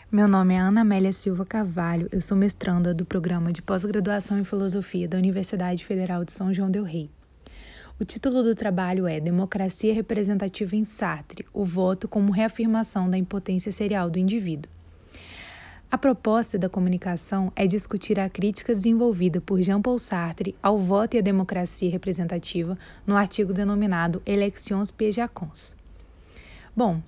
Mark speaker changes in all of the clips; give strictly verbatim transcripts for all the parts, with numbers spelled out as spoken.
Speaker 1: Meu nome é Ana Amélia Silva Carvalho, eu sou mestranda do Programa de Pós-Graduação em Filosofia da Universidade Federal de São João del Rei. O título do trabalho é Democracia Representativa em Sartre, o voto como reafirmação da impotência serial do indivíduo. A proposta da comunicação é discutir a crítica desenvolvida por Jean-Paul Sartre ao voto e à democracia representativa no artigo denominado Elections Piège-à-Cons. Bom,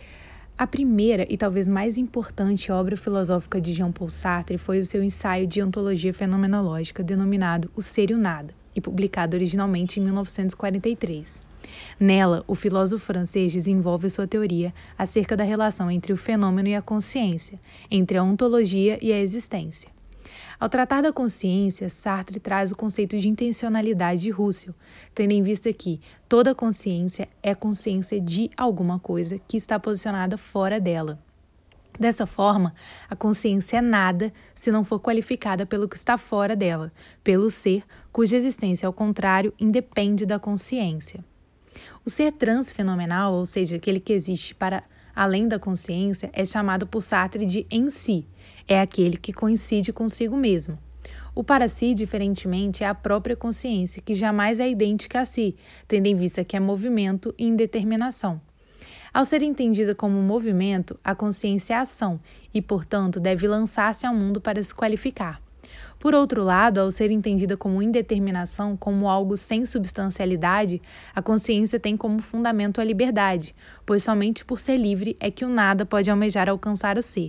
Speaker 1: a primeira e talvez mais importante obra filosófica de Jean-Paul Sartre foi o seu ensaio de ontologia fenomenológica denominado O Ser e o Nada, e publicado originalmente em mil novecentos e quarenta e três. Nela, o filósofo francês desenvolve sua teoria acerca da relação entre o fenômeno e a consciência, entre a ontologia e a existência. Ao tratar da consciência, Sartre traz o conceito de intencionalidade de Husserl, tendo em vista que toda consciência é consciência de alguma coisa que está posicionada fora dela. Dessa forma, a consciência é nada se não for qualificada pelo que está fora dela, pelo ser, cuja existência, ao contrário, independe da consciência. O ser transfenomenal, ou seja, aquele que existe para além da consciência, é chamado por Sartre de em si, é aquele que coincide consigo mesmo. O para si, diferentemente, é a própria consciência, que jamais é idêntica a si, tendo em vista que é movimento e indeterminação. Ao ser entendida como movimento, a consciência é ação e, portanto, deve lançar-se ao mundo para se qualificar. Por outro lado, ao ser entendida como indeterminação, como algo sem substancialidade, a consciência tem como fundamento a liberdade, pois somente por ser livre é que o nada pode almejar alcançar o ser.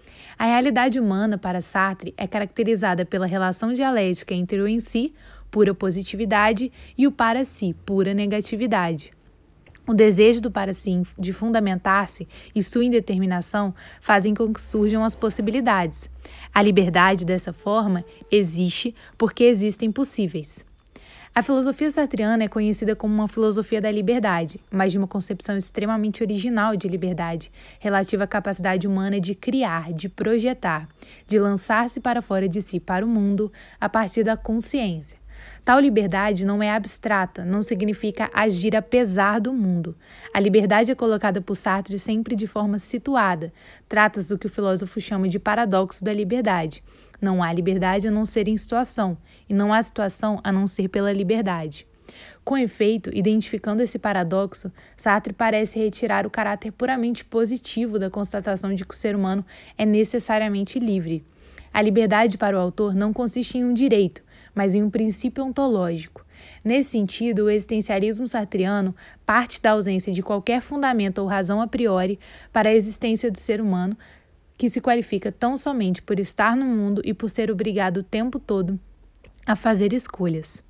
Speaker 1: A realidade humana, para Sartre, é caracterizada pela relação dialética entre o em si, pura positividade, e o para si, pura negatividade. O desejo do para si de fundamentar-se e sua indeterminação fazem com que surjam as possibilidades. A liberdade, dessa forma, existe porque existem possíveis. A filosofia sartriana é conhecida como uma filosofia da liberdade, mas de uma concepção extremamente original de liberdade, relativa à capacidade humana de criar, de projetar, de lançar-se para fora de si, para o mundo, a partir da consciência. Tal liberdade não é abstrata, não significa agir apesar do mundo. A liberdade é colocada por Sartre sempre de forma situada. Trata-se do que o filósofo chama de paradoxo da liberdade. Não há liberdade a não ser em situação, e não há situação a não ser pela liberdade. Com efeito, identificando esse paradoxo, Sartre parece retirar o caráter puramente positivo da constatação de que o ser humano é necessariamente livre. A liberdade para o autor não consiste em um direito, mas em um princípio ontológico. Nesse sentido, o existencialismo sartriano parte da ausência de qualquer fundamento ou razão a priori para a existência do ser humano, que se qualifica tão somente por estar no mundo e por ser obrigado o tempo todo a fazer escolhas.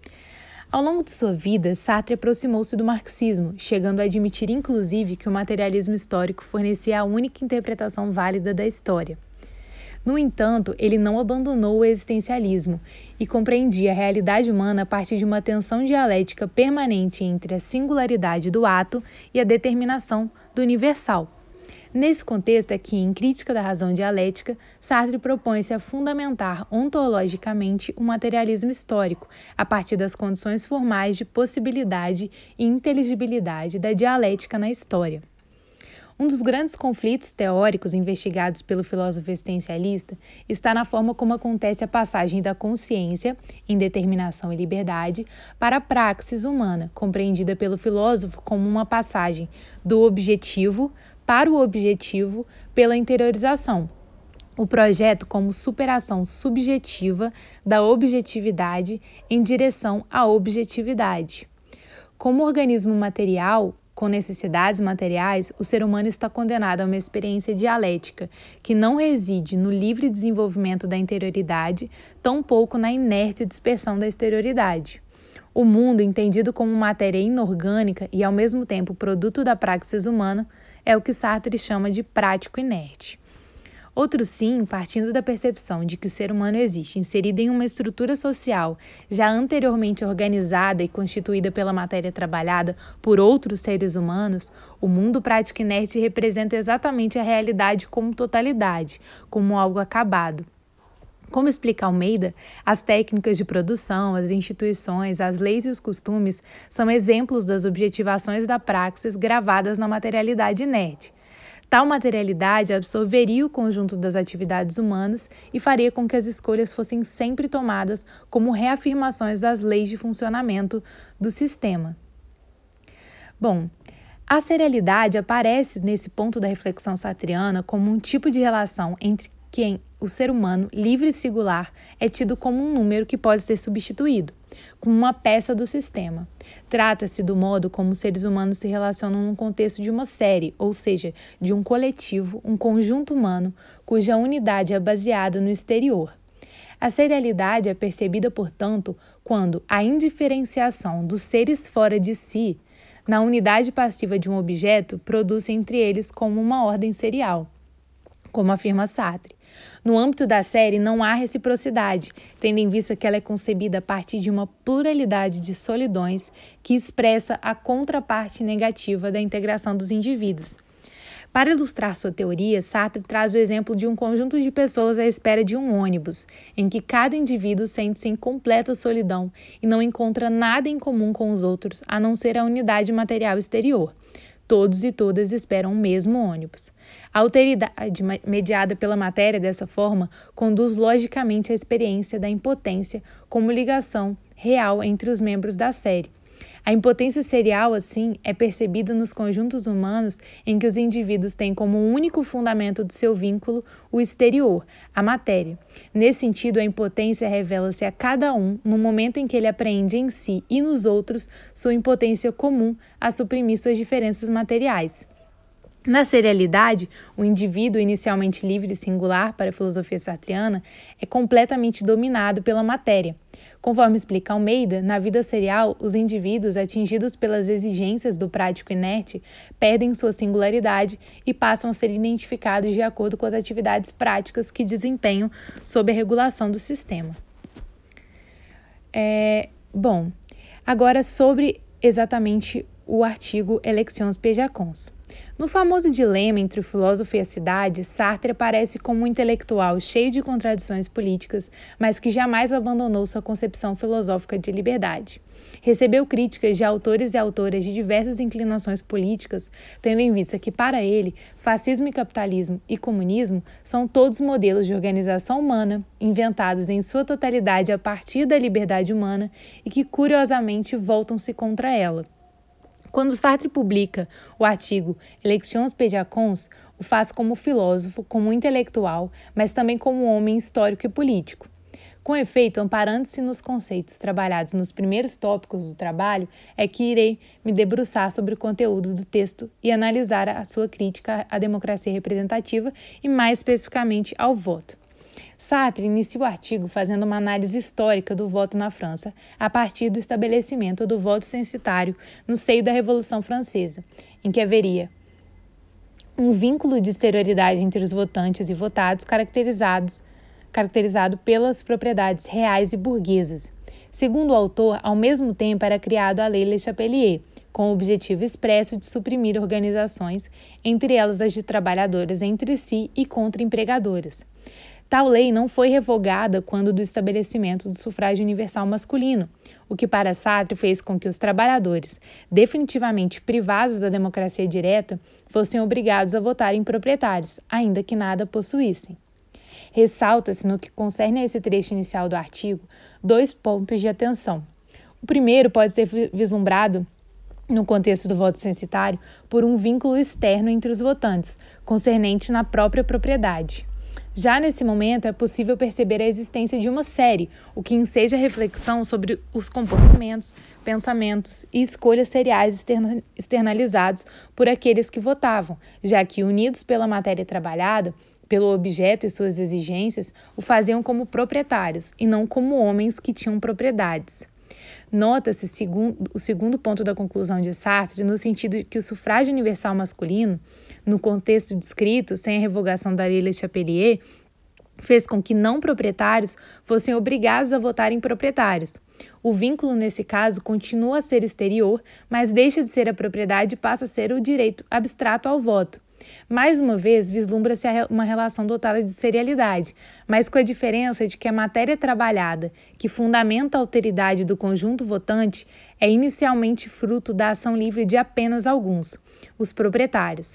Speaker 1: Ao longo de sua vida, Sartre aproximou-se do marxismo, chegando a admitir inclusive que o materialismo histórico fornecia a única interpretação válida da história. No entanto, ele não abandonou o existencialismo e compreendia a realidade humana a partir de uma tensão dialética permanente entre a singularidade do ato e a determinação do universal. Nesse contexto é que, em Crítica da Razão Dialética, Sartre propõe-se a fundamentar ontologicamente o materialismo histórico, a partir das condições formais de possibilidade e inteligibilidade da dialética na história. Um dos grandes conflitos teóricos investigados pelo filósofo existencialista está na forma como acontece a passagem da consciência, indeterminação e liberdade, para a praxis humana, compreendida pelo filósofo como uma passagem do objetivo para o objetivo pela interiorização. O projeto como superação subjetiva da objetividade em direção à objetividade. Como organismo material, com necessidades materiais, o ser humano está condenado a uma experiência dialética que não reside no livre desenvolvimento da interioridade, tampouco na inerte dispersão da exterioridade. O mundo, entendido como matéria inorgânica e, ao mesmo tempo, produto da praxis humana, é o que Sartre chama de prático inerte. Outro sim, partindo da percepção de que o ser humano existe inserido em uma estrutura social já anteriormente organizada e constituída pela matéria trabalhada por outros seres humanos, o mundo prático inerte representa exatamente a realidade como totalidade, como algo acabado. Como explica Almeida, as técnicas de produção, as instituições, as leis e os costumes são exemplos das objetivações da praxis gravadas na materialidade inerte. Tal materialidade absorveria o conjunto das atividades humanas e faria com que as escolhas fossem sempre tomadas como reafirmações das leis de funcionamento do sistema. Bom, a serialidade aparece nesse ponto da reflexão sartriana como um tipo de relação entre quem o ser humano, livre e singular, é tido como um número que pode ser substituído, como uma peça do sistema. Trata-se do modo como os seres humanos se relacionam no contexto de uma série, ou seja, de um coletivo, um conjunto humano, cuja unidade é baseada no exterior. A serialidade é percebida, portanto, quando a indiferenciação dos seres fora de si, na unidade passiva de um objeto, produz entre eles como uma ordem serial, como afirma Sartre. No âmbito da série, não há reciprocidade, tendo em vista que ela é concebida a partir de uma pluralidade de solidões que expressa a contraparte negativa da integração dos indivíduos. Para ilustrar sua teoria, Sartre traz o exemplo de um conjunto de pessoas à espera de um ônibus, em que cada indivíduo sente-se em completa solidão e não encontra nada em comum com os outros, a não ser a unidade material exterior. Todos e todas esperam o mesmo ônibus. A alteridade mediada pela matéria, dessa forma, conduz logicamente à experiência da impotência como ligação real entre os membros da série. A impotência serial, assim, é percebida nos conjuntos humanos em que os indivíduos têm como único fundamento do seu vínculo o exterior, a matéria. Nesse sentido, a impotência revela-se a cada um no momento em que ele apreende em si e nos outros sua impotência comum a suprimir suas diferenças materiais. Na serialidade, o indivíduo, inicialmente livre e singular para a filosofia sartriana, é completamente dominado pela matéria. Conforme explica Almeida, na vida serial, os indivíduos, atingidos pelas exigências do prático inerte, perdem sua singularidade e passam a ser identificados de acordo com as atividades práticas que desempenham sob a regulação do sistema. É, bom, agora sobre exatamente o artigo Elections Péjacons. No famoso dilema entre o filósofo e a cidade, Sartre aparece como um intelectual cheio de contradições políticas, mas que jamais abandonou sua concepção filosófica de liberdade. Recebeu críticas de autores e autoras de diversas inclinações políticas, tendo em vista que, para ele, fascismo e capitalismo e comunismo são todos modelos de organização humana, inventados em sua totalidade a partir da liberdade humana e que, curiosamente, voltam-se contra ela. Quando Sartre publica o artigo Elections Péjacons, o faz como filósofo, como intelectual, mas também como homem histórico e político. Com efeito, amparando-se nos conceitos trabalhados nos primeiros tópicos do trabalho, é que irei me debruçar sobre o conteúdo do texto e analisar a sua crítica à democracia representativa e, mais especificamente, ao voto. Sartre inicia o artigo fazendo uma análise histórica do voto na França, a partir do estabelecimento do voto censitário no seio da Revolução Francesa, em que haveria um vínculo de exterioridade entre os votantes e votados caracterizados, caracterizado pelas propriedades reais e burguesas. Segundo o autor, ao mesmo tempo era criado a Lei Le Chapelier, com o objetivo expresso de suprimir organizações, entre elas as de trabalhadoras entre si e contra empregadoras. Tal lei não foi revogada quando do estabelecimento do sufrágio universal masculino, o que para Sartre fez com que os trabalhadores, definitivamente privados da democracia direta, fossem obrigados a votar em proprietários, ainda que nada possuíssem. Ressalta-se, no que concerne a esse trecho inicial do artigo, dois pontos de atenção. O primeiro pode ser vislumbrado no contexto do voto censitário por um vínculo externo entre os votantes, concernente na própria propriedade. Já nesse momento, é possível perceber a existência de uma série, o que enseja reflexão sobre os comportamentos, pensamentos e escolhas seriais externalizados por aqueles que votavam, já que, unidos pela matéria trabalhada, pelo objeto e suas exigências, o faziam como proprietários e não como homens que tinham propriedades. Nota-se segundo, o segundo ponto da conclusão de Sartre no sentido de que o sufrágio universal masculino, no contexto descrito, sem a revogação da Lei Le Chapelier, fez com que não proprietários fossem obrigados a votar em proprietários. O vínculo, nesse caso, continua a ser exterior, mas deixa de ser a propriedade e passa a ser o direito abstrato ao voto. Mais uma vez, vislumbra-se uma relação dotada de serialidade, mas com a diferença de que a matéria trabalhada, que fundamenta a alteridade do conjunto votante, é inicialmente fruto da ação livre de apenas alguns, os proprietários.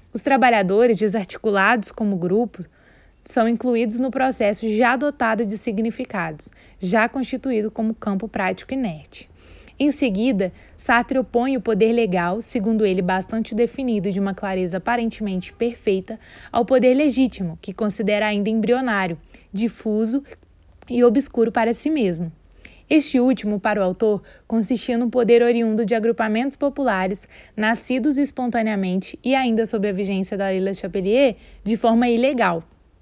Speaker 1: Os trabalhadores, desarticulados como grupo, são incluídos no processo já dotado de significados, já constituído como campo prático inerte. Em seguida, Sartre opõe o poder legal, segundo ele bastante definido e de uma clareza aparentemente perfeita, ao poder legítimo, que considera ainda embrionário, difuso e obscuro para si mesmo. Este último, para o autor, consistia no poder oriundo de agrupamentos populares, nascidos espontaneamente e ainda sob a vigência da Lei Le Chapelier, de forma ilegal.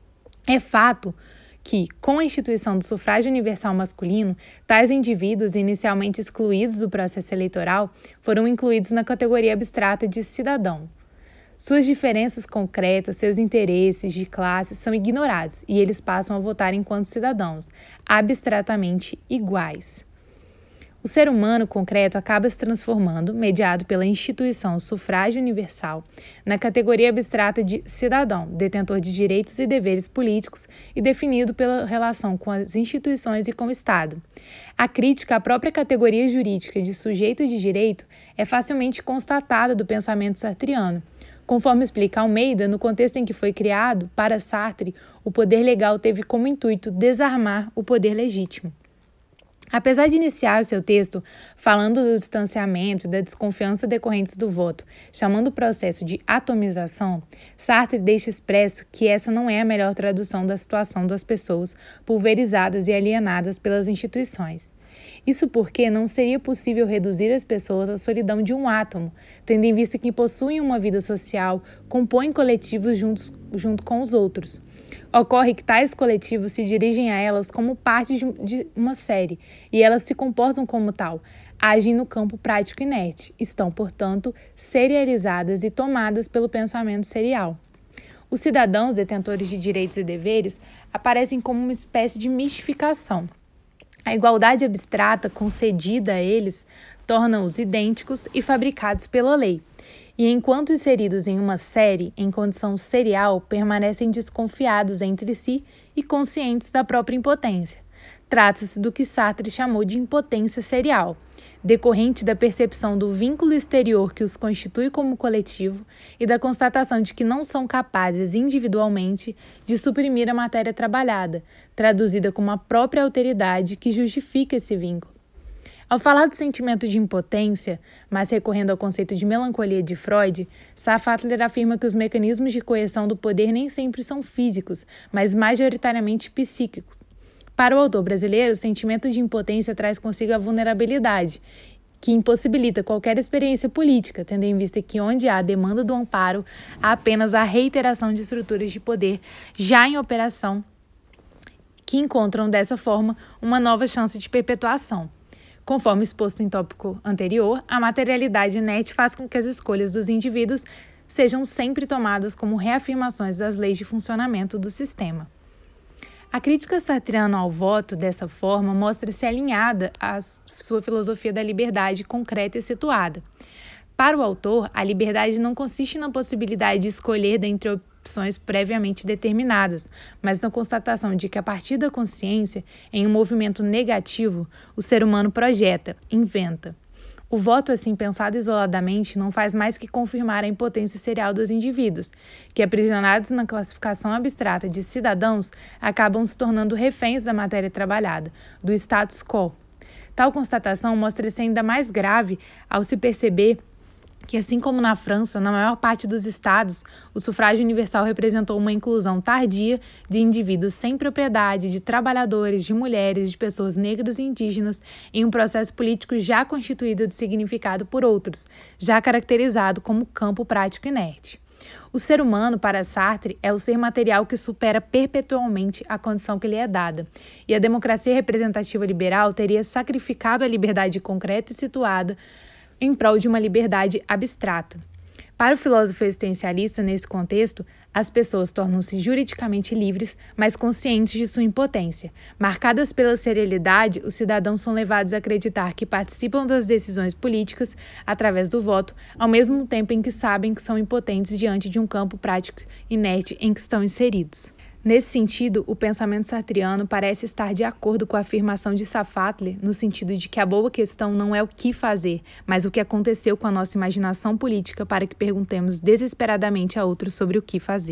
Speaker 1: É fato que, com a instituição do sufrágio universal masculino, tais indivíduos, inicialmente excluídos do processo eleitoral, foram incluídos na categoria abstrata de cidadão. Suas diferenças concretas, seus interesses de classe são ignorados e eles passam a votar enquanto cidadãos, abstratamente iguais. O ser humano concreto acaba se transformando, mediado pela instituição sufrágio universal, na categoria abstrata de cidadão, detentor de direitos e deveres políticos e definido pela relação com as instituições e com o Estado. A crítica à própria categoria jurídica de sujeito de direito é facilmente constatada do pensamento sartriano. Conforme explica Almeida, no contexto em que foi criado, para Sartre, o poder legal teve como intuito desarmar o poder legítimo. Apesar de iniciar o seu texto falando do distanciamento e da desconfiança decorrentes do voto, chamando o processo de atomização, Sartre deixa expresso que essa não é a melhor tradução da situação das pessoas pulverizadas e alienadas pelas instituições. Isso porque não seria possível reduzir as pessoas à solidão de um átomo, tendo em vista que possuem uma vida social, compõem coletivos juntos, junto com os outros. Ocorre que tais coletivos se dirigem a elas como parte de uma série, e elas se comportam como tal, agem no campo prático inerte, estão, portanto, serializadas e tomadas pelo pensamento serial. Os cidadãos detentores de direitos e deveres aparecem como uma espécie de mistificação. A igualdade abstrata concedida a eles torna-os idênticos e fabricados pela lei. E enquanto inseridos em uma série, em condição serial, permanecem desconfiados entre si e conscientes da própria impotência. Trata-se do que Sartre chamou de impotência serial, decorrente da percepção do vínculo exterior que os constitui como coletivo e da constatação de que não são capazes individualmente de suprimir a matéria trabalhada, traduzida como a própria alteridade que justifica esse vínculo. Ao falar do sentimento de impotência, mas recorrendo ao conceito de melancolia de Freud, Safatler afirma que os mecanismos de coerção do poder nem sempre são físicos, mas majoritariamente psíquicos. Para o autor brasileiro, o sentimento de impotência traz consigo a vulnerabilidade, que impossibilita qualquer experiência política, tendo em vista que onde há demanda do amparo, há apenas a reiteração de estruturas de poder já em operação, que encontram dessa forma uma nova chance de perpetuação. Conforme exposto em tópico anterior, a materialidade inerte faz com que as escolhas dos indivíduos sejam sempre tomadas como reafirmações das leis de funcionamento do sistema. A crítica sartriana ao voto, dessa forma, mostra-se alinhada à sua filosofia da liberdade concreta e situada. Para o autor, a liberdade não consiste na possibilidade de escolher dentre opções previamente determinadas, mas na constatação de que, a partir da consciência, em um movimento negativo, o ser humano projeta, inventa. O voto, assim pensado isoladamente, não faz mais que confirmar a impotência serial dos indivíduos, que, aprisionados na classificação abstrata de cidadãos, acabam se tornando reféns da matéria trabalhada, do status quo. Tal constatação mostra-se ainda mais grave ao se perceber que, assim como na França, na maior parte dos estados, o sufrágio universal representou uma inclusão tardia de indivíduos sem propriedade, de trabalhadores, de mulheres, de pessoas negras e indígenas, em um processo político já constituído de significado por outros, já caracterizado como campo prático inerte. O ser humano, para Sartre, é o ser material que supera perpetualmente a condição que lhe é dada, e a democracia representativa liberal teria sacrificado a liberdade concreta e situada em prol de uma liberdade abstrata. Para o filósofo existencialista, nesse contexto, as pessoas tornam-se juridicamente livres, mas conscientes de sua impotência. Marcadas pela serialidade, os cidadãos são levados a acreditar que participam das decisões políticas através do voto, ao mesmo tempo em que sabem que são impotentes diante de um campo prático inerte em que estão inseridos. Nesse sentido, o pensamento sartreano parece estar de acordo com a afirmação de Safatli, no sentido de que a boa questão não é o que fazer, mas o que aconteceu com a nossa imaginação política para que perguntemos desesperadamente a outros sobre o que fazer.